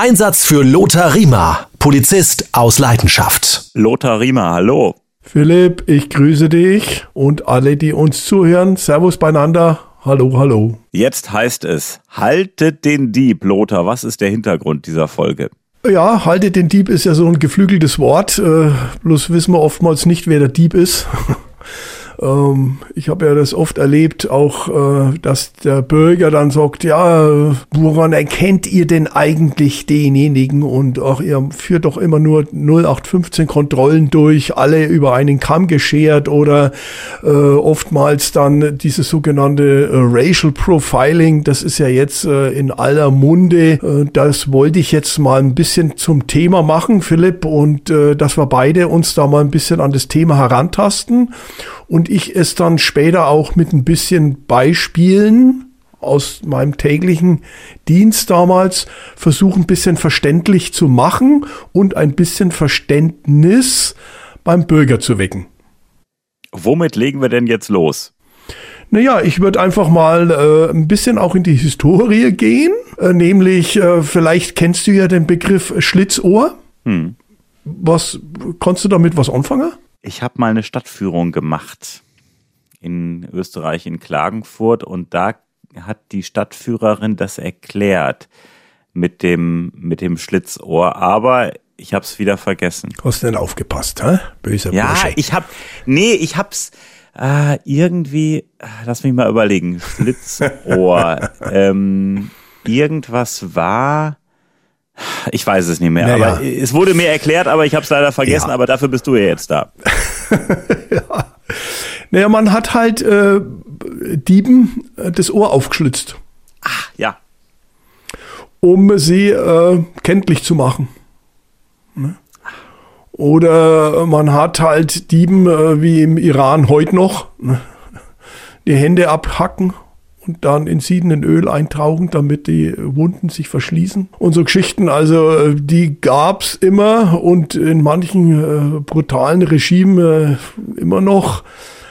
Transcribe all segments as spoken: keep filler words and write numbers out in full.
Einsatz für Lothar Riemer, Polizist aus Leidenschaft. Lothar Riemer, hallo. Philipp, ich grüße dich und alle, die uns zuhören. Servus beieinander. Hallo, hallo. Jetzt heißt es, haltet den Dieb, Lothar. Was ist der Hintergrund dieser Folge? Ja, haltet den Dieb ist ja so ein geflügeltes Wort. Äh, bloß wissen wir oftmals nicht, wer der Dieb ist. ähm, ich habe ja das oft erlebt, auch, äh, dass der Bürger dann sagt, ja, woran erkennt ihr denn eigentlich denjenigen? Und auch ihr führt doch immer nur null acht fünfzehn Kontrollen durch, alle über einen Kamm geschert oder äh, oftmals dann dieses sogenannte äh, Racial Profiling, das ist ja jetzt äh, in aller Munde. Äh, das wollte ich jetzt mal ein bisschen zum Thema machen, Philipp, und äh, dass wir beide uns da mal ein bisschen an das Thema herantasten. Und ich es dann später auch mit ein bisschen Beispielen aus meinem täglichen Dienst damals versuchen, ein bisschen verständlich zu machen und ein bisschen Verständnis beim Bürger zu wecken. Womit legen wir denn jetzt los? Naja, ich würde einfach mal äh, ein bisschen auch in die Historie gehen, äh, nämlich äh, vielleicht kennst du ja den Begriff Schlitzohr. Hm. Was, kannst du damit was anfangen? Ich habe mal eine Stadtführung gemacht in Österreich, in Klagenfurt, und da hat die Stadtführerin das erklärt mit dem, mit dem Schlitzohr, aber ich habe es wieder vergessen. Hast du denn aufgepasst, hä? Böser Ja, Bursche. ich hab, nee, ich hab's äh, irgendwie, lass mich mal überlegen, Schlitzohr, ähm, irgendwas war... Ich weiß es nicht mehr, naja. aber es wurde mir erklärt, aber ich habe es leider vergessen, ja. Aber dafür bist du ja jetzt da. Ja. Naja, man hat halt äh, Dieben äh, das Ohr aufgeschlitzt. Ach, ja. Um sie äh, kenntlich zu machen. Ne? Oder man hat halt Dieben, äh, wie im Iran heute noch, ne? Die Hände abhacken und dann in siedenden Öl eintauchen, damit die Wunden sich verschließen. Und so Geschichten, also die gab's immer und in manchen äh, brutalen Regimen äh, immer noch.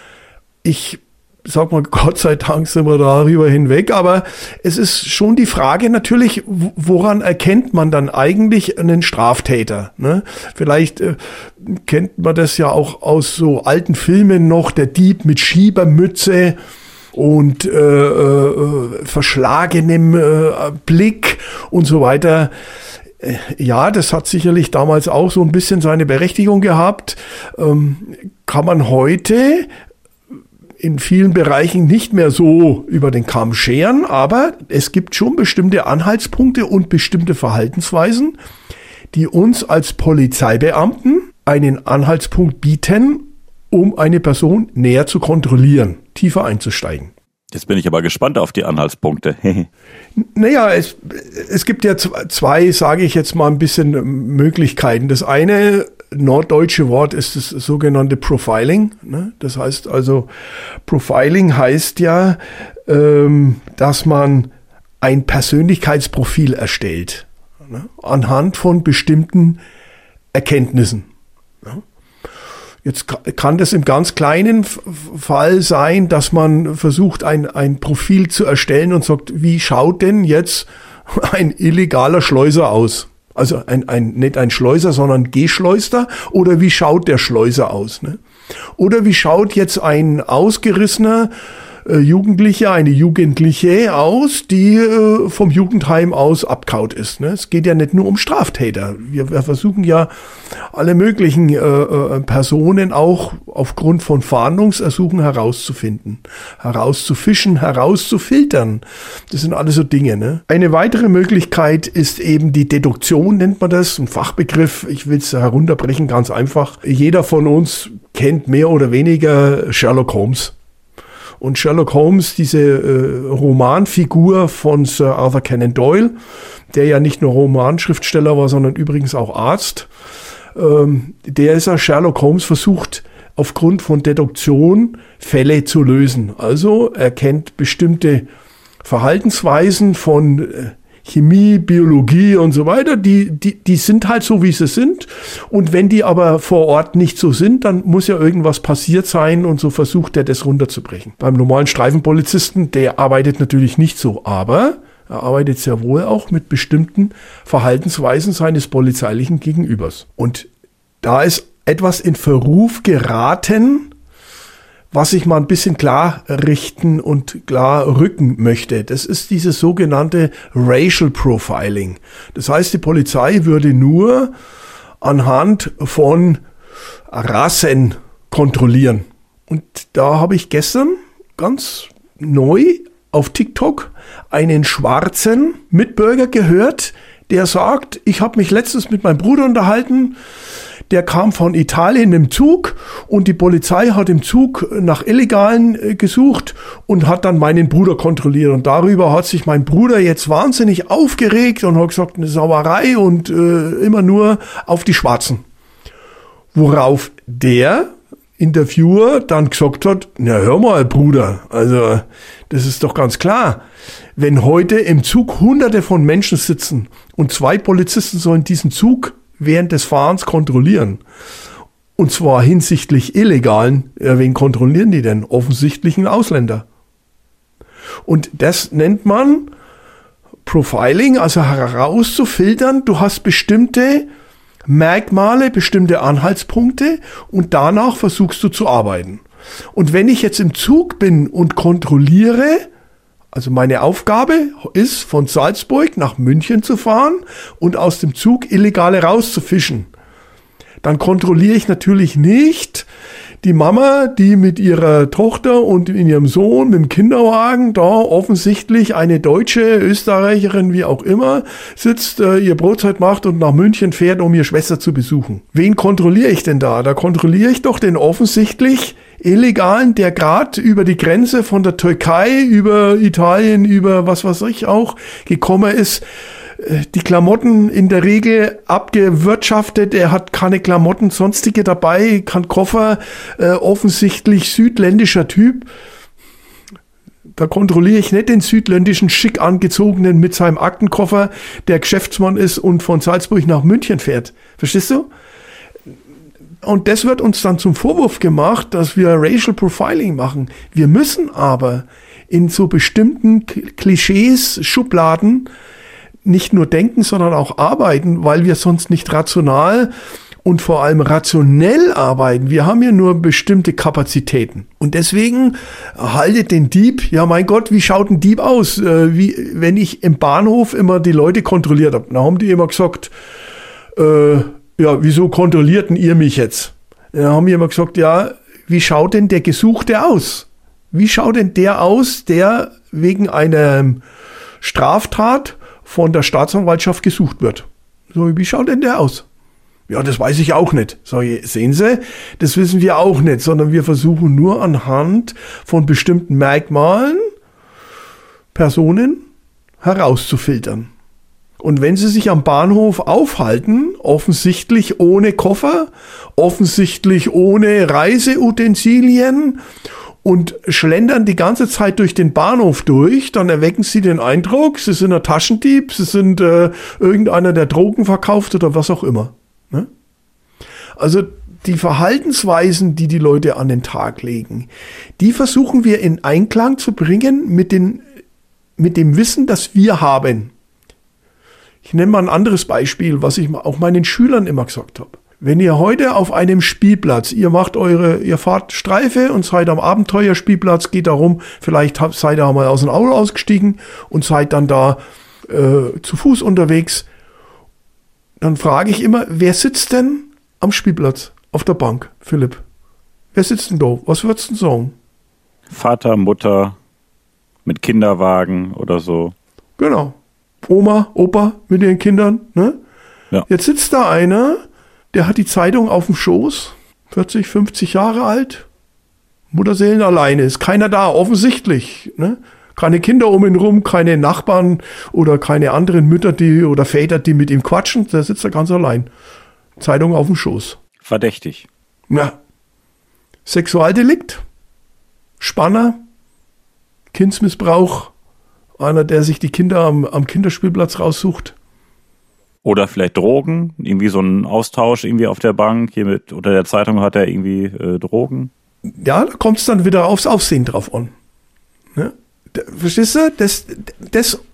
Ich sag mal, Gott sei Dank sind wir darüber hinweg, aber es ist schon die Frage natürlich, woran erkennt man dann eigentlich einen Straftäter? Ne? Vielleicht äh, kennt man das ja auch aus so alten Filmen noch, der Dieb mit Schiebermütze und äh, äh, verschlagenem äh, Blick und so weiter. Äh, ja, das hat sicherlich damals auch so ein bisschen seine Berechtigung gehabt. Ähm, kann man heute in vielen Bereichen nicht mehr so über den Kamm scheren, aber es gibt schon bestimmte Anhaltspunkte und bestimmte Verhaltensweisen, die uns als Polizeibeamten einen Anhaltspunkt bieten, um eine Person näher zu kontrollieren, tiefer einzusteigen. Jetzt bin ich aber gespannt auf die Anhaltspunkte. Naja, es, es gibt ja zwei, sage ich jetzt mal, ein bisschen Möglichkeiten. Das eine norddeutsche Wort ist das sogenannte Profiling. Ne? Das heißt also, Profiling heißt ja, ähm, dass man ein Persönlichkeitsprofil erstellt, ne? Anhand von bestimmten Erkenntnissen. Ne? Jetzt kann das im ganz kleinen Fall sein, dass man versucht, ein, ein Profil zu erstellen und sagt, wie schaut denn jetzt ein illegaler Schleuser aus? Also ein, ein, nicht ein Schleuser, sondern Geschleuster. Oder wie schaut der Schleuser aus? Ne? Oder wie schaut jetzt ein ausgerissener äh, Jugendlicher, eine Jugendliche aus, die äh, vom Jugendheim aus abkaut ist. Ne? Es geht ja nicht nur um Straftäter. Wir, wir versuchen ja alle möglichen äh, äh, Personen auch aufgrund von Fahndungsersuchen herauszufinden, herauszufischen, herauszufiltern. Das sind alles so Dinge. Ne? Eine weitere Möglichkeit ist eben die Deduktion, nennt man das, ein Fachbegriff. Ich will es herunterbrechen, ganz einfach. Jeder von uns kennt mehr oder weniger Sherlock Holmes. Und Sherlock Holmes, diese äh, Romanfigur von Sir Arthur Conan Doyle, der ja nicht nur Romanschriftsteller war, sondern übrigens auch Arzt, ähm, der ist ja, Sherlock Holmes versucht aufgrund von Deduktion Fälle zu lösen. Also er kennt bestimmte Verhaltensweisen von äh, Chemie, Biologie und so weiter, die, die, die sind halt so, wie sie sind. Und wenn die aber vor Ort nicht so sind, dann muss ja irgendwas passiert sein und so versucht er, das runterzubrechen. Beim normalen Streifenpolizisten, der arbeitet natürlich nicht so, aber Er arbeitet sehr wohl auch mit bestimmten Verhaltensweisen seines polizeilichen Gegenübers. Und da ist etwas in Verruf geraten, was ich mal ein bisschen klar richten und klar rücken möchte. Das ist dieses sogenannte Racial Profiling. Das heißt, die Polizei würde nur anhand von Rassen kontrollieren. Und da habe ich gestern ganz neu auf TikTok einen schwarzen Mitbürger gehört, der sagt, ich habe mich letztens mit meinem Bruder unterhalten, der kam von Italien im Zug und die Polizei hat im Zug nach Illegalen gesucht und hat dann meinen Bruder kontrolliert. Und darüber hat sich mein Bruder jetzt wahnsinnig aufgeregt und hat gesagt, eine Sauerei und äh, immer nur auf die Schwarzen. Worauf der Interviewer dann gesagt hat, na hör mal Bruder, also das ist doch ganz klar, wenn heute im Zug hunderte von Menschen sitzen und zwei Polizisten sollen diesen Zug während des Fahrens kontrollieren, und zwar hinsichtlich Illegalen, ja, wen kontrollieren die denn? Offensichtlich einen Ausländer. Und das nennt man Profiling, also herauszufiltern, du hast bestimmte Merkmale, bestimmte Anhaltspunkte und danach versuchst du zu arbeiten. Und wenn ich jetzt im Zug bin und kontrolliere, also meine Aufgabe ist, von Salzburg nach München zu fahren und aus dem Zug Illegale rauszufischen, dann kontrolliere ich natürlich nicht die Mama, die mit ihrer Tochter und in ihrem Sohn mit dem Kinderwagen da offensichtlich eine Deutsche, Österreicherin, wie auch immer, sitzt, äh, ihr Brotzeit macht und nach München fährt, um ihre Schwester zu besuchen. Wen kontrolliere ich denn da? Da kontrolliere ich doch den offensichtlich Illegalen, der gerade über die Grenze von der Türkei, über Italien, über was weiß ich auch, gekommen ist. Die Klamotten in der Regel abgewirtschaftet, er hat keine Klamotten sonstige dabei, kein Koffer, äh, offensichtlich südländischer Typ. Da kontrolliere ich nicht den südländischen schick angezogenen mit seinem Aktenkoffer, der Geschäftsmann ist und von Salzburg nach München fährt. Verstehst du? Und das wird uns dann zum Vorwurf gemacht, dass wir Racial Profiling machen. Wir müssen aber in so bestimmten Klischees, Schubladen nicht nur denken, sondern auch arbeiten, weil wir sonst nicht rational und vor allem rationell arbeiten. Wir haben ja nur bestimmte Kapazitäten. Und deswegen haltet den Dieb, ja mein Gott, wie schaut ein Dieb aus? Äh, wie, wenn ich im Bahnhof immer die Leute kontrolliert habe, da haben die immer gesagt, äh, ja, wieso kontrollierten ihr mich jetzt? Da haben die immer gesagt, ja, wie schaut denn der Gesuchte aus? Wie schaut denn der aus, der wegen einer Straftat von der Staatsanwaltschaft gesucht wird? So, wie schaut denn der aus? Ja, das weiß ich auch nicht. So, sehen Sie, das wissen wir auch nicht, sondern wir versuchen nur anhand von bestimmten Merkmalen Personen herauszufiltern. Und wenn Sie sich am Bahnhof aufhalten, offensichtlich ohne Koffer, offensichtlich ohne Reiseutensilien und schlendern die ganze Zeit durch den Bahnhof durch, dann erwecken sie den Eindruck, sie sind ein Taschendieb, sie sind äh, irgendeiner, der Drogen verkauft oder was auch immer. Ne? Also die Verhaltensweisen, die die Leute an den Tag legen, die versuchen wir in Einklang zu bringen mit, den, mit dem Wissen, das wir haben. Ich nenne mal ein anderes Beispiel, was ich auch meinen Schülern immer gesagt habe. Wenn ihr heute auf einem Spielplatz, ihr macht eure, ihr fahrt Streife und seid am Abenteuerspielplatz, geht darum, vielleicht habt, seid ihr mal aus dem Auto ausgestiegen und seid dann da äh, zu Fuß unterwegs, dann frage ich immer, wer sitzt denn am Spielplatz auf der Bank, Philipp? Wer sitzt denn da? Was würdest du denn sagen? Vater, Mutter mit Kinderwagen oder so. Genau. Oma, Opa mit ihren Kindern. Ne? Ja. Jetzt sitzt da einer, der hat die Zeitung auf dem Schoß, vierzig, fünfzig Jahre alt, Mutterseelen alleine, ist keiner da, offensichtlich. Ne? Keine Kinder um ihn rum, keine Nachbarn oder keine anderen Mütter die oder Väter, die mit ihm quatschen, der sitzt da ganz allein. Zeitung auf dem Schoß. Verdächtig. Ja. Sexualdelikt, Spanner, Kindsmissbrauch, einer, der sich die Kinder am, am Kinderspielplatz raussucht. Oder vielleicht Drogen, irgendwie so ein Austausch irgendwie auf der Bank, hier mit unter der Zeitung hat er irgendwie äh, Drogen. Ja, da kommt es dann wieder aufs Aufsehen drauf an. Ne? Da, verstehst du? Das, das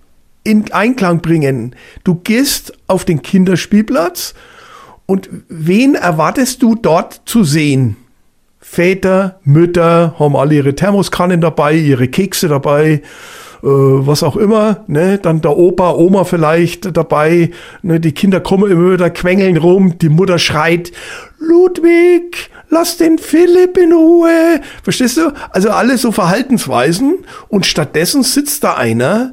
in Einklang bringen. Du gehst auf den Kinderspielplatz und wen erwartest du dort zu sehen? Väter, Mütter haben alle ihre Thermoskannen dabei, ihre Kekse dabei, äh, was auch immer. Ne? Dann der Opa, Oma vielleicht dabei. Ne? Die Kinder kommen immer wieder, quengeln rum. Die Mutter schreit, Ludwig, lass den Philipp in Ruhe. Verstehst du? Also alle so Verhaltensweisen. Und stattdessen sitzt da einer,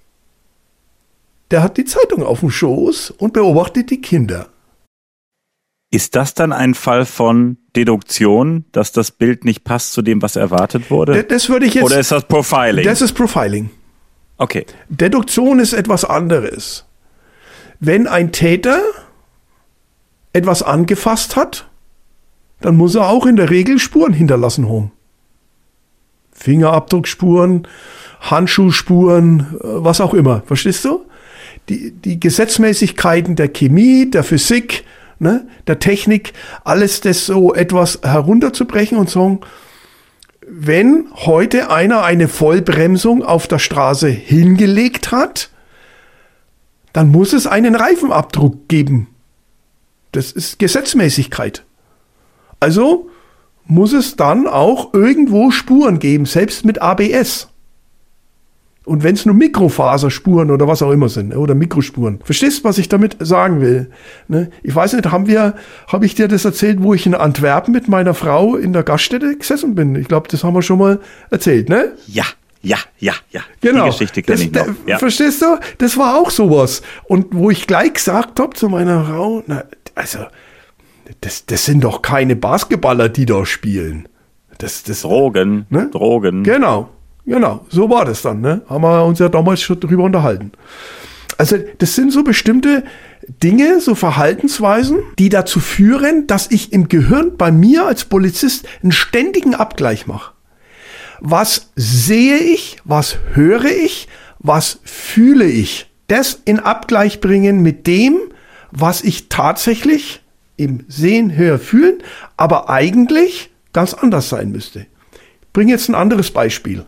der hat die Zeitung auf dem Schoß und beobachtet die Kinder. Ist das dann ein Fall von Deduktion, dass das Bild nicht passt zu dem, was erwartet wurde? Das würde ich jetzt. Oder ist das Profiling? Das ist Profiling. Okay. Deduktion ist etwas anderes. Wenn ein Täter etwas angefasst hat, dann muss er auch in der Regel Spuren hinterlassen haben. Fingerabdruckspuren, Handschuhspuren, was auch immer. Verstehst du? Die, die Gesetzmäßigkeiten der Chemie, der Physik, ne, der Technik, alles das so etwas herunterzubrechen und sagen, wenn heute einer eine Vollbremsung auf der Straße hingelegt hat, dann muss es einen Reifenabdruck geben. Das ist Gesetzmäßigkeit. Also muss es dann auch irgendwo Spuren geben, selbst mit A B S. Und wenn es nur Mikrofaserspuren oder was auch immer sind, oder Mikrospuren. Verstehst du, was ich damit sagen will? Ne? Ich weiß nicht, haben wir, habe ich dir das erzählt, wo ich in Antwerpen mit meiner Frau in der Gaststätte gesessen bin? Ich glaube, das haben wir schon mal erzählt, ne? Ja, ja, ja, ja. Genau. Die Geschichte kenne ich noch. Ja. Verstehst du? Das war auch sowas. Und wo ich gleich gesagt habe zu meiner Frau, na, also, das, das sind doch keine Basketballer, die da spielen. Das, das, Drogen, ne? Drogen. Genau. Genau, so war das dann, ne? Haben wir uns ja damals schon drüber unterhalten. Also das sind so bestimmte Dinge, so Verhaltensweisen, die dazu führen, dass ich im Gehirn bei mir als Polizist einen ständigen Abgleich mache. Was sehe ich, was höre ich, was fühle ich? Das in Abgleich bringen mit dem, was ich tatsächlich im Sehen, Hören, Fühlen, aber eigentlich ganz anders sein müsste. Ich bringe jetzt ein anderes Beispiel.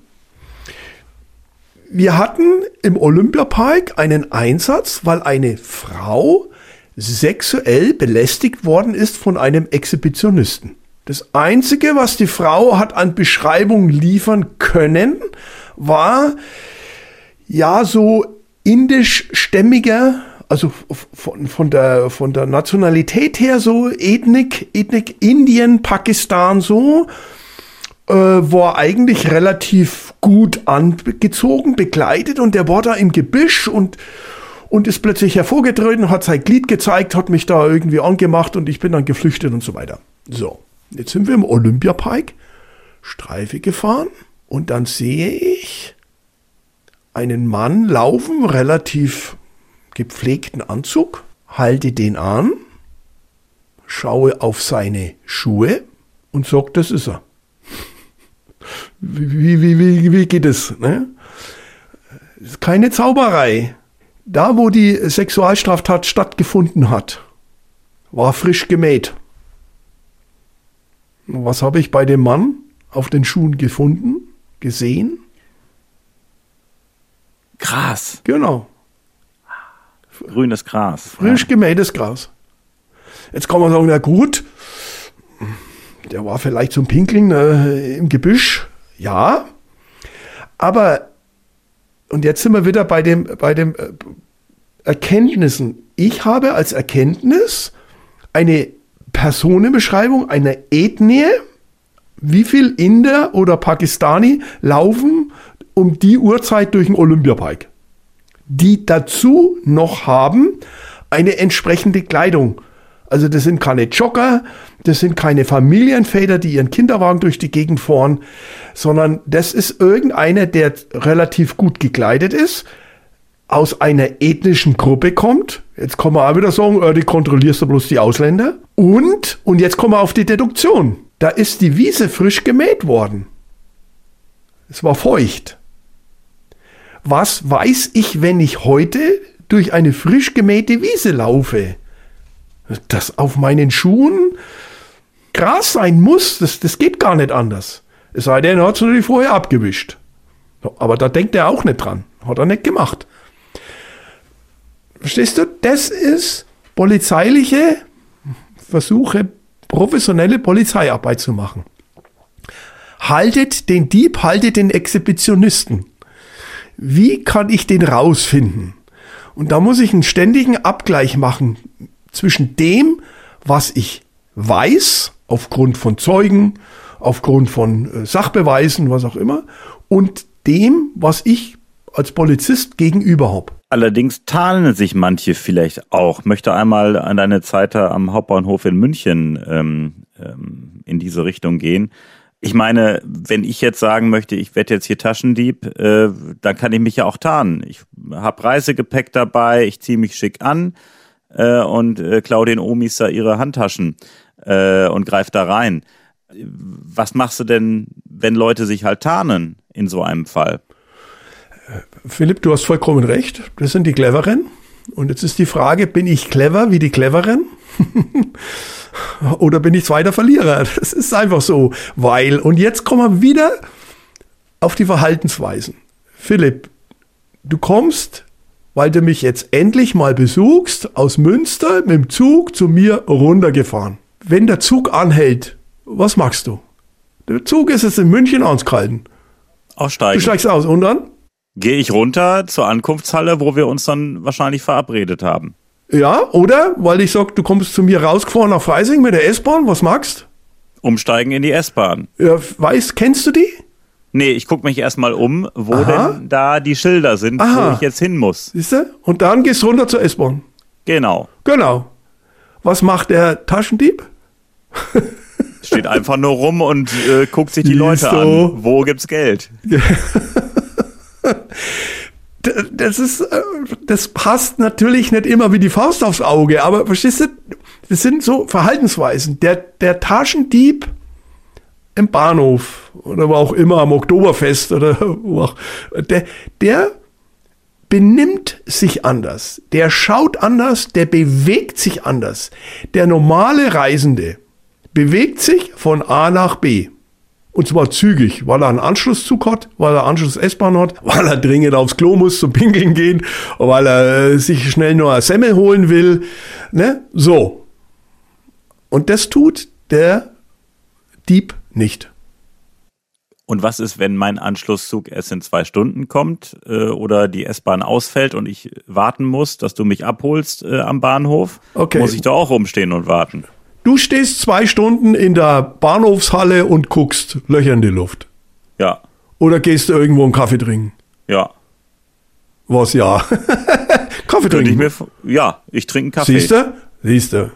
Wir hatten im Olympiapark einen Einsatz, weil eine Frau sexuell belästigt worden ist von einem Exhibitionisten. Das Einzige, was die Frau hat an Beschreibung liefern können, war ja so indischstämmiger, also von, von, der, von der Nationalität her so Ethnik, Ethnik Indien, Pakistan so, äh, war eigentlich relativ gut angezogen, bekleidet und der war da im Gebüsch und, und ist plötzlich hervorgetreten, hat sein Glied gezeigt, hat mich da irgendwie angemacht und ich bin dann geflüchtet und so weiter. So, jetzt sind wir im Olympiapark, Streife gefahren und dann sehe ich einen Mann laufen, relativ gepflegten Anzug, halte den an, schaue auf seine Schuhe und sage, das ist er. Wie, wie, wie, wie geht es? Ne? Ist keine Zauberei. Da, wo die Sexualstraftat stattgefunden hat, war frisch gemäht. Was habe ich bei dem Mann auf den Schuhen gefunden, gesehen? Gras. Genau. Grünes Gras. Frisch ja. gemähtes Gras. Jetzt kann man sagen, na gut, der war vielleicht zum Pinkeln äh, im Gebüsch. Ja, aber, und jetzt sind wir wieder bei dem, bei dem äh, Erkenntnissen. Ich habe als Erkenntnis eine Personenbeschreibung einer Ethnie, wie viel Inder oder Pakistani laufen um die Uhrzeit durch den Olympiapark, die dazu noch haben eine entsprechende Kleidung. Also das sind keine Jogger, das sind keine Familienväter, die ihren Kinderwagen durch die Gegend fahren, sondern das ist irgendeiner, der relativ gut gekleidet ist, aus einer ethnischen Gruppe kommt. Jetzt kann man auch wieder sagen, äh, die kontrollierst du bloß die Ausländer. Und, und jetzt kommen wir auf die Deduktion. Da ist die Wiese frisch gemäht worden. Es war feucht. Was weiß ich, wenn ich heute durch eine frisch gemähte Wiese laufe? Dass auf meinen Schuhen Gras sein muss, das, das geht gar nicht anders. Es sei denn, er hat es natürlich vorher abgewischt. Aber da denkt er auch nicht dran. Hat er nicht gemacht. Verstehst du? Das ist polizeiliche Versuche, professionelle Polizeiarbeit zu machen. Haltet den Dieb, haltet den Exhibitionisten. Wie kann ich den rausfinden? Und da muss ich einen ständigen Abgleich machen zwischen dem, was ich weiß, aufgrund von Zeugen, aufgrund von Sachbeweisen, was auch immer, und dem, was ich als Polizist gegenüber habe. Allerdings tarnen sich manche vielleicht auch. Möchte einmal an deine Zeit da am Hauptbahnhof in München ähm, ähm, in diese Richtung gehen. Ich meine, wenn ich jetzt sagen möchte, ich werde jetzt hier Taschendieb, äh, dann kann ich mich ja auch tarnen. Ich habe Reisegepäck dabei, ich ziehe mich schick an äh, und äh, klaue den Omis da ihre Handtaschen äh, und greife da rein. Was machst du denn, wenn Leute sich halt tarnen in so einem Fall? Philipp, du hast vollkommen recht. Das sind die Cleveren. Und jetzt ist die Frage, bin ich clever wie die Cleveren? Oder bin ich zweiter Verlierer? Das ist einfach so. Weil, und jetzt kommen wir wieder auf die Verhaltensweisen. Philipp, du kommst, weil du mich jetzt endlich mal besuchst, aus Münster mit dem Zug zu mir runtergefahren. Wenn der Zug anhält, was machst du? Der Zug ist jetzt in München ausgehalten. Aussteigen. Du steigst aus und dann? Gehe ich runter zur Ankunftshalle, wo wir uns dann wahrscheinlich verabredet haben. Ja, oder? Weil ich sag, du kommst zu mir rausgefahren nach Freising mit der S-Bahn, was magst? Umsteigen in die S-Bahn. Ja, weißt, kennst du die? Nee, ich gucke mich erstmal um, wo Aha. denn da die Schilder sind, Aha. wo ich jetzt hin muss. Siehst du? Und dann gehst du runter zur S-Bahn. Genau. Genau. Was macht der Taschendieb? Steht einfach nur rum und äh, guckt sich die Siehst Leute du? an. Wo gibt's Geld? Das ist, das passt natürlich nicht immer wie die Faust aufs Auge, aber verstehst du, das sind so Verhaltensweisen. Der, der Taschendieb im Bahnhof oder wo auch immer am Oktoberfest oder wo auch, der, der benimmt sich anders, der schaut anders, der bewegt sich anders. Der normale Reisende bewegt sich von A nach B. Und zwar zügig, weil er einen Anschlusszug hat, weil er Anschluss-S-Bahn hat, weil er dringend aufs Klo muss zum Pinkeln gehen, weil er äh, sich schnell nur eine Semmel holen will. Ne? So. Und das tut der Dieb nicht. Und was ist, wenn mein Anschlusszug erst in zwei Stunden kommt äh, oder die S-Bahn ausfällt und ich warten muss, dass du mich abholst äh, am Bahnhof? Okay. Muss ich da auch rumstehen und warten? Du stehst zwei Stunden in der Bahnhofshalle und guckst Löcher in die Luft. Ja. Oder gehst du irgendwo einen Kaffee trinken? Ja. Was, ja? Kaffee Könnte trinken? ich mir, ja, ich trinke einen Kaffee. Siehst du? Siehst du.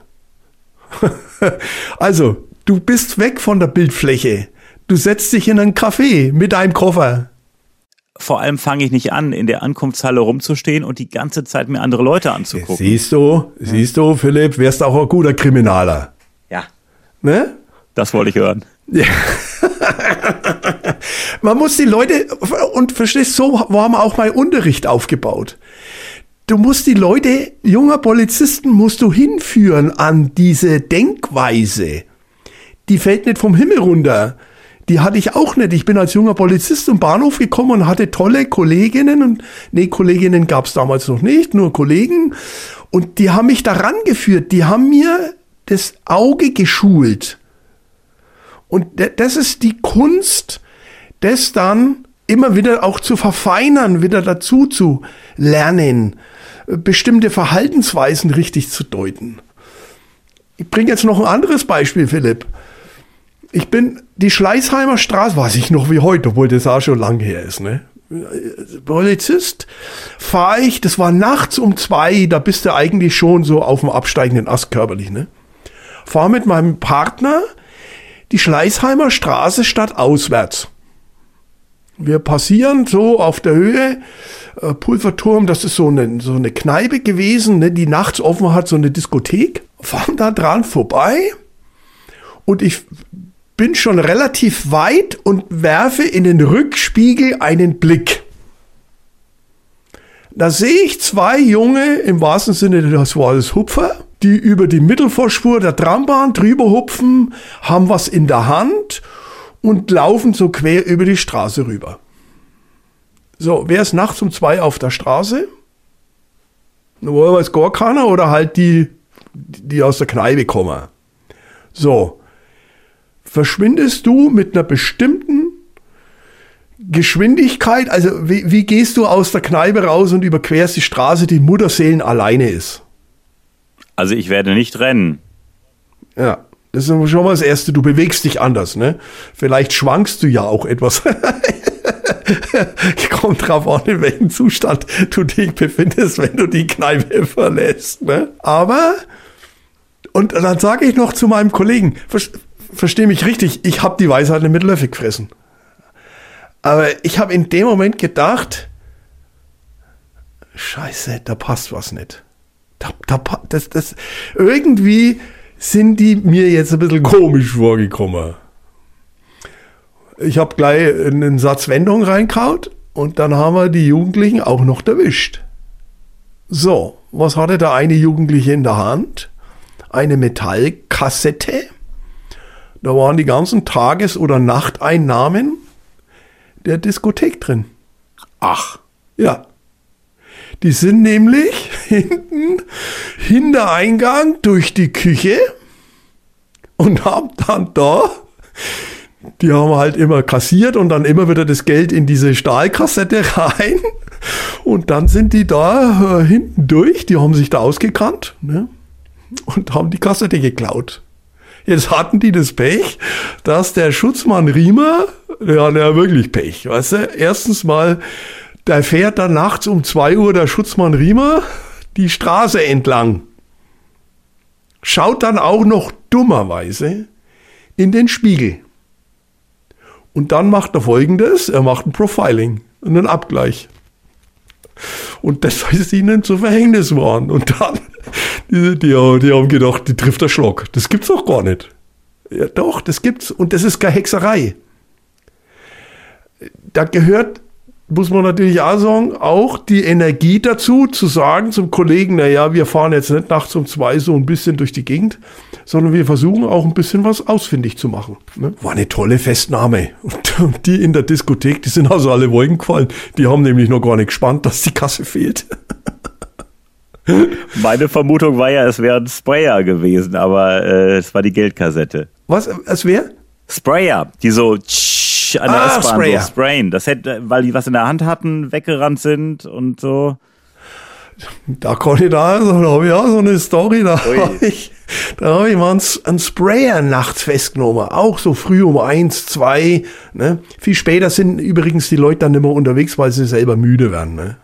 Also, du bist weg von der Bildfläche. Du setzt dich in einen Café mit deinem Koffer. Vor allem fange ich nicht an, in der Ankunftshalle rumzustehen und die ganze Zeit mir andere Leute anzugucken. Siehst du, siehst du, Philipp, wärst auch ein guter Kriminaler. Ja. Ne? Das wollte ich hören. Ja. Man muss die Leute, und verstehst, so haben wir auch mein Unterricht aufgebaut. Du musst die Leute, junger Polizisten, musst du hinführen an diese Denkweise. Die fällt nicht vom Himmel runter. Die hatte ich auch nicht. Ich bin als junger Polizist zum Bahnhof gekommen und hatte tolle Kolleginnen. Und nee, Kolleginnen gab es damals noch nicht, nur Kollegen. Und die haben mich daran geführt. Die haben mir das Auge geschult. Und das ist die Kunst, das dann immer wieder auch zu verfeinern, wieder dazu zu lernen, bestimmte Verhaltensweisen richtig zu deuten. Ich bringe jetzt noch ein anderes Beispiel, Philipp. Ich bin die Schleißheimer Straße, weiß ich noch wie heute, obwohl das auch schon lang her ist, ne? Polizist, fahre ich, das war nachts um zwei, da bist du eigentlich schon so auf dem absteigenden Ast körperlich, ne? Fahre mit meinem Partner die Schleißheimer Straße stadtauswärts. Wir passieren so auf der Höhe, äh, Pulverturm, das ist so eine, so eine Kneipe gewesen, ne, die nachts offen hat, so eine Diskothek. Fahren da dran vorbei und ich bin schon relativ weit und werfe in den Rückspiegel einen Blick. Da sehe ich zwei Junge, im wahrsten Sinne des Wortes Hupfer, die über die Mittelvorspur der Trambahn drüber hupfen, haben was in der Hand und laufen so quer über die Straße rüber. So, wer ist nachts um zwei auf der Straße? Wohl weiß gar keiner oder halt die, die aus der Kneipe kommen. So. Verschwindest du mit einer bestimmten Geschwindigkeit, also wie, wie gehst du aus der Kneipe raus und überquerst die Straße, die Mutterseelen alleine ist? Also ich werde nicht rennen. Ja, das ist schon mal das Erste, du bewegst dich anders, ne? Vielleicht schwankst du ja auch etwas. Kommt drauf an, in welchem Zustand du dich befindest, wenn du die Kneipe verlässt, ne? Aber, und dann sage ich noch zu meinem Kollegen, ver, versteh mich richtig, ich habe die Weisheit nicht mit Löffel gefressen. Aber ich habe in dem Moment gedacht, Scheiße, da passt was nicht. Da, da, das, das, irgendwie sind die mir jetzt ein bisschen komisch vorgekommen. Ich habe gleich einen Satz Wendung reingehauen und dann haben wir die Jugendlichen auch noch erwischt. So, was hatte der eine Jugendliche in der Hand? Eine Metallkassette. Da waren die ganzen Tages- oder Nachteinnahmen der Diskothek drin. Ach. Ja. Die sind nämlich hinten, Hintereingang durch die Küche und haben dann da, die haben halt immer kassiert und dann immer wieder das Geld in diese Stahlkassette rein und dann sind die da äh, hinten durch, die haben sich da ausgekannt, ne, und haben die Kassette geklaut. Jetzt hatten die das Pech, dass der Schutzmann Riemer, der hat ja wirklich Pech, weißt du, erstens mal, der fährt dann nachts um zwei Uhr, der Schutzmann Riemer, die Straße entlang. Schaut dann auch noch dummerweise in den Spiegel. Und dann macht er Folgendes, er macht ein Profiling, einen Abgleich. Und das ist ihnen zu Verhängnis geworden. Und dann, die, die, die haben gedacht, die trifft der Schlock. Das gibt's doch gar nicht. Ja doch, das gibt's. Und das ist keine Hexerei. Da gehört, muss man natürlich auch sagen, auch die Energie dazu, zu sagen zum Kollegen, naja, wir fahren jetzt nicht nachts um zwei so ein bisschen durch die Gegend, sondern wir versuchen auch ein bisschen was ausfindig zu machen. Ne? War eine tolle Festnahme. Und die in der Diskothek, die sind also alle Wolken gefallen. Die haben nämlich noch gar nicht gespannt, dass die Kasse fehlt. Meine Vermutung war ja, es wäre ein Sprayer gewesen, aber äh, es war die Geldkassette. Was, es wäre? Sprayer, die so tsch, an der Ah, S-Bahn Sprayer. so sprayen. Das hätte, weil die was in der Hand hatten, weggerannt sind und so. Da kann ich da, da habe ich auch so eine Story, da habe ich, da habe ich mal einen, einen Sprayer nachts festgenommen, auch so früh um eins, zwei, ne? Viel später sind übrigens die Leute dann nicht mehr unterwegs, weil sie selber müde werden, ne?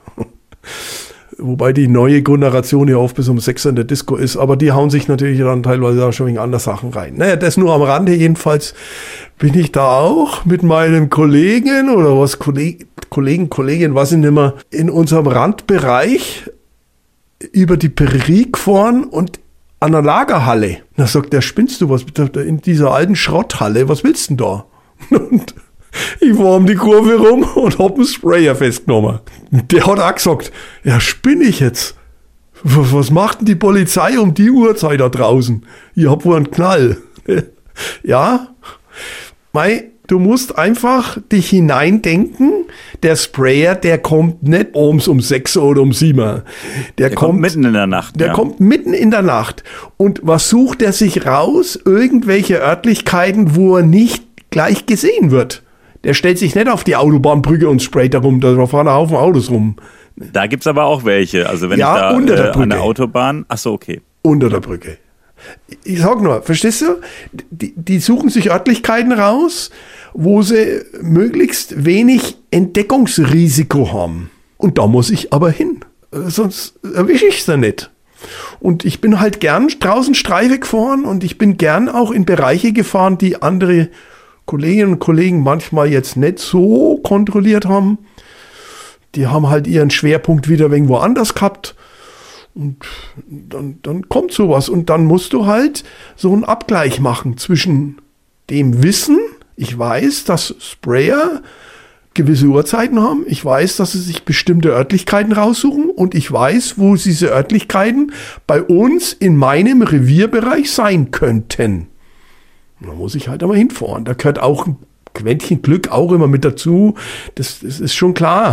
Wobei die neue Generation ja oft bis um sechs in der Disco ist, aber die hauen sich natürlich dann teilweise auch schon wegen anderer Sachen rein. Naja, das nur am Rande. Jedenfalls bin ich da auch mit meinem Kollegen oder was, Kolleg, Kollegen, Kollegin, was ich nicht mehr, in unserem Randbereich über die Prärie gefahren und an der Lagerhalle. Da sagt der, spinnst du was in dieser alten Schrotthalle, was willst du denn da? Und ich war um die Kurve rum und hab einen Sprayer festgenommen. Der hat auch gesagt, ja, spinne ich jetzt? Was macht denn die Polizei um die Uhrzeit da draußen? Ich hab wohl einen Knall. Ja, mei, du musst einfach dich hineindenken, der Sprayer, der kommt nicht abends um sechs oder um sieben. Der, Der kommt, kommt mitten in der Nacht. Der ja. kommt mitten in der Nacht. Und was sucht er sich raus? Irgendwelche Örtlichkeiten, wo er nicht gleich gesehen wird. Der stellt sich nicht auf die Autobahnbrücke und sprayt da rum, da fahren ein Haufen Autos rum. Da gibt's aber auch welche. Also wenn Ja, ich da unter der äh, an der Brücke. Autobahn, ach so, okay. Unter der Brücke. Ich sag nur, verstehst du? Die, die suchen sich Örtlichkeiten raus, wo sie möglichst wenig Entdeckungsrisiko haben. Und da muss ich aber hin. Sonst erwische ich sie nicht. Und ich bin halt gern draußen Streife gefahren und ich bin gern auch in Bereiche gefahren, die andere Kolleginnen und Kollegen manchmal jetzt nicht so kontrolliert haben. Die haben halt ihren Schwerpunkt wieder irgendwo anders gehabt. Und dann, dann kommt sowas. Und dann musst du halt so einen Abgleich machen zwischen dem Wissen, ich weiß, dass Sprayer gewisse Uhrzeiten haben. Ich weiß, dass sie sich bestimmte Örtlichkeiten raussuchen. Und ich weiß, wo diese Örtlichkeiten bei uns in meinem Revierbereich sein könnten. Da muss ich halt aber hinfahren. Da gehört auch ein Quäntchen Glück auch immer mit dazu. Das, das ist schon klar.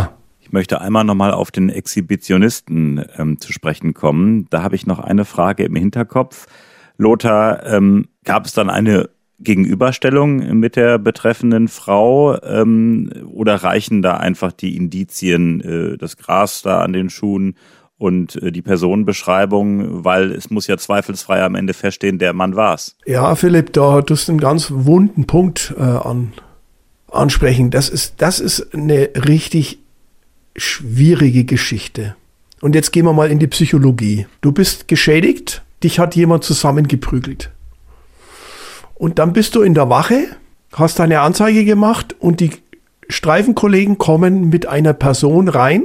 Ich möchte einmal nochmal auf den Exhibitionisten ähm, zu sprechen kommen. Da habe ich noch eine Frage im Hinterkopf. Lothar, ähm, gab es dann eine Gegenüberstellung mit der betreffenden Frau ähm, oder reichen da einfach die Indizien, äh, das Gras da an den Schuhen und äh, die Personenbeschreibung, weil es muss ja zweifelsfrei am Ende feststehen, der Mann war's. Ja, Philipp, da tust du einen ganz wunden Punkt äh, an, ansprechen. Das ist, das ist eine richtig schwierige Geschichte. Und jetzt gehen wir mal in die Psychologie. Du bist geschädigt, dich hat jemand zusammengeprügelt. Und dann bist du in der Wache, hast deine Anzeige gemacht und die Streifenkollegen kommen mit einer Person rein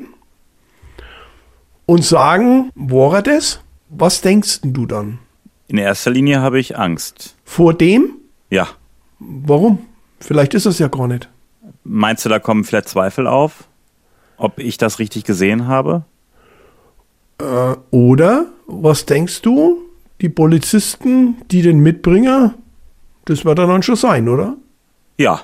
und sagen, war er das? Was denkst du dann? In erster Linie habe ich Angst. Vor dem? Ja. Warum? Vielleicht ist es ja gar nicht. Meinst du, da kommen vielleicht Zweifel auf? Ob ich das richtig gesehen habe? Äh, oder, was denkst du, die Polizisten, die den Mitbringer, das wird dann schon sein, oder? Ja.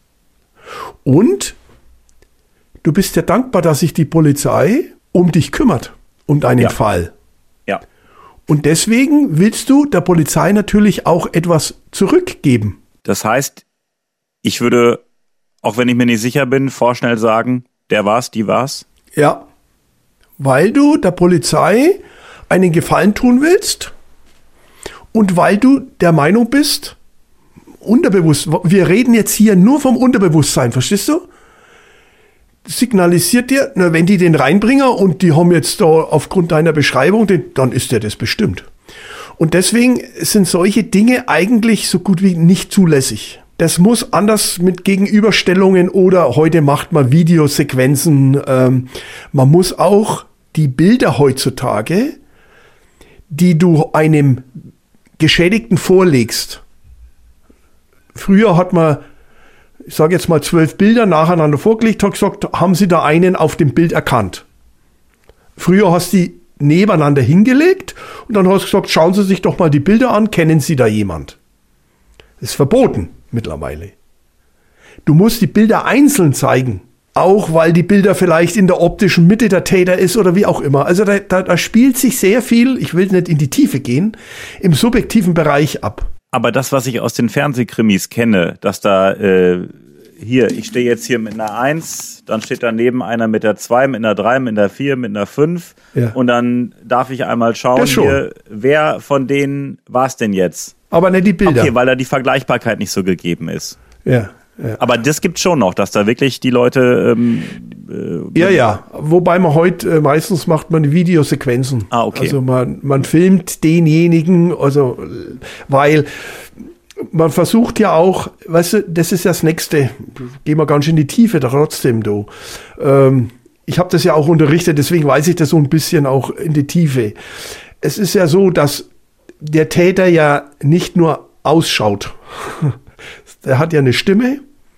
Und du bist ja dankbar, dass sich die Polizei um dich kümmert, um deinen Ja. Fall. Ja. Und deswegen willst du der Polizei natürlich auch etwas zurückgeben. Das heißt, ich würde, auch wenn ich mir nicht sicher bin, vorschnell sagen, der war's, die war's? Ja, weil du der Polizei einen Gefallen tun willst und weil du der Meinung bist, unterbewusst, wir reden jetzt hier nur vom Unterbewusstsein, verstehst du? Signalisiert dir, na, wenn die den reinbringen und die haben jetzt da aufgrund deiner Beschreibung, den, dann ist der das bestimmt. Und deswegen sind solche Dinge eigentlich so gut wie nicht zulässig. Das muss anders mit Gegenüberstellungen oder heute macht man Videosequenzen. Ähm, man muss auch die Bilder heutzutage, die du einem Geschädigten vorlegst. Früher hat man, ich sage jetzt mal, zwölf Bilder nacheinander vorgelegt, hat gesagt, haben Sie da einen auf dem Bild erkannt? Früher hast du die nebeneinander hingelegt und dann hast du gesagt, schauen Sie sich doch mal die Bilder an, kennen Sie da jemand? Das ist verboten mittlerweile. Du musst die Bilder einzeln zeigen, auch weil die Bilder vielleicht in der optischen Mitte der Täter ist oder wie auch immer. Also da, da, da spielt sich sehr viel, ich will nicht in die Tiefe gehen, im subjektiven Bereich ab. Aber das, was ich aus den Fernsehkrimis kenne, dass da, äh, hier, ich stehe jetzt hier mit einer eins, dann steht daneben einer mit der zwei, mit einer drei, mit einer vier, mit einer fünf Ja. und dann darf ich einmal schauen, Das schon. hier, wer von denen war es denn jetzt? Aber nicht die Bilder. Okay, weil da die Vergleichbarkeit nicht so gegeben ist. Ja, ja. Aber das gibt's schon noch, dass da wirklich die Leute... Ähm, äh, Ja, ja. Wobei man heute äh, meistens macht man Videosequenzen. Ah, okay. Also man, man filmt denjenigen, also äh, weil man versucht ja auch, weißt du, das ist ja das Nächste. Gehen wir ganz in die Tiefe, trotzdem, du. Ähm, ich habe das ja auch unterrichtet, deswegen weiß ich das so ein bisschen auch in die Tiefe. Es ist ja so, dass der Täter ja nicht nur ausschaut. Der hat ja eine Stimme.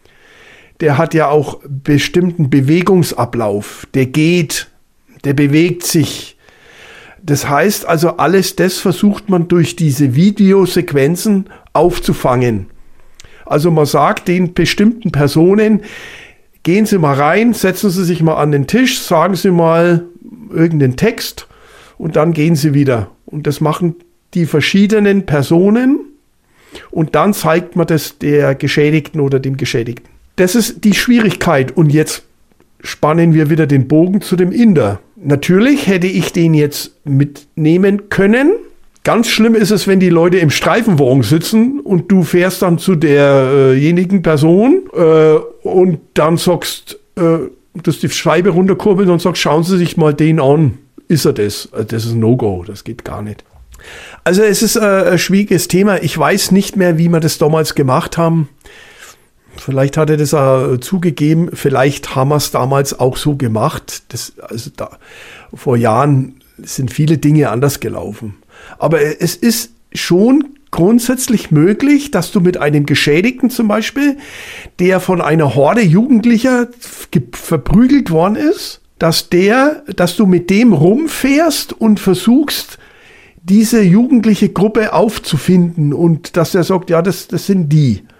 Der hat ja auch bestimmten Bewegungsablauf. Der geht, der bewegt sich. Das heißt also, alles das versucht man durch diese Videosequenzen aufzufangen. Also man sagt den bestimmten Personen, gehen Sie mal rein, setzen Sie sich mal an den Tisch, sagen Sie mal irgendeinen Text und dann gehen Sie wieder. Und das machen die verschiedenen Personen und dann zeigt man das der Geschädigten oder dem Geschädigten. Das ist die Schwierigkeit. Und jetzt spannen wir wieder den Bogen zu dem Inder. Natürlich hätte ich den jetzt mitnehmen können. Ganz schlimm ist es, wenn die Leute im Streifenwagen sitzen und du fährst dann zu derjenigen Person äh, und dann sagst, äh, dass die Scheibe runterkurbelt und sagst, schauen Sie sich mal den an. Ist er das? Das ist ein No-Go. Das geht gar nicht. Also es ist äh, ein schwieriges Thema. Ich weiß nicht mehr, wie wir das damals gemacht haben. Vielleicht hat er das auch zugegeben, vielleicht haben wir es damals auch so gemacht. Das, also da, vor Jahren sind viele Dinge anders gelaufen. Aber es ist schon grundsätzlich möglich, dass du mit einem Geschädigten zum Beispiel, der von einer Horde Jugendlicher verprügelt worden ist, dass der, dass du mit dem rumfährst und versuchst, diese jugendliche Gruppe aufzufinden und dass er sagt, ja, das, das sind die.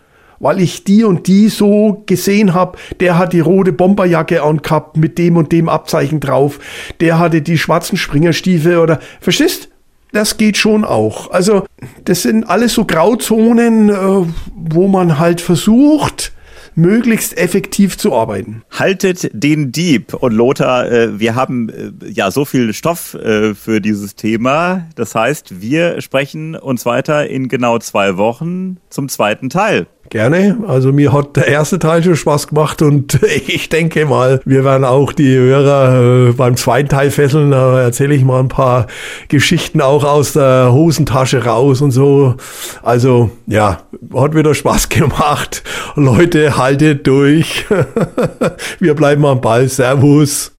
weil ich die und die so gesehen habe, der hat die rote Bomberjacke angehabt mit dem und dem Abzeichen drauf, der hatte die schwarzen Springerstiefel oder, verstehst? Das geht schon auch. Also das sind alles so Grauzonen, äh, wo man halt versucht, möglichst effektiv zu arbeiten. Haltet den Dieb. Und Lothar, äh, wir haben äh, ja so viel Stoff äh, für dieses Thema. Das heißt, wir sprechen uns weiter in genau zwei Wochen zum zweiten Teil. Gerne. Also mir hat der erste Teil schon Spaß gemacht und ich denke mal, wir werden auch die Hörer äh, beim zweiten Teil fesseln. Da erzähle ich mal ein paar Geschichten auch aus der Hosentasche raus und so. Also ja, hat wieder Spaß gemacht. Leute, haltet durch. Wir bleiben am Ball. Servus.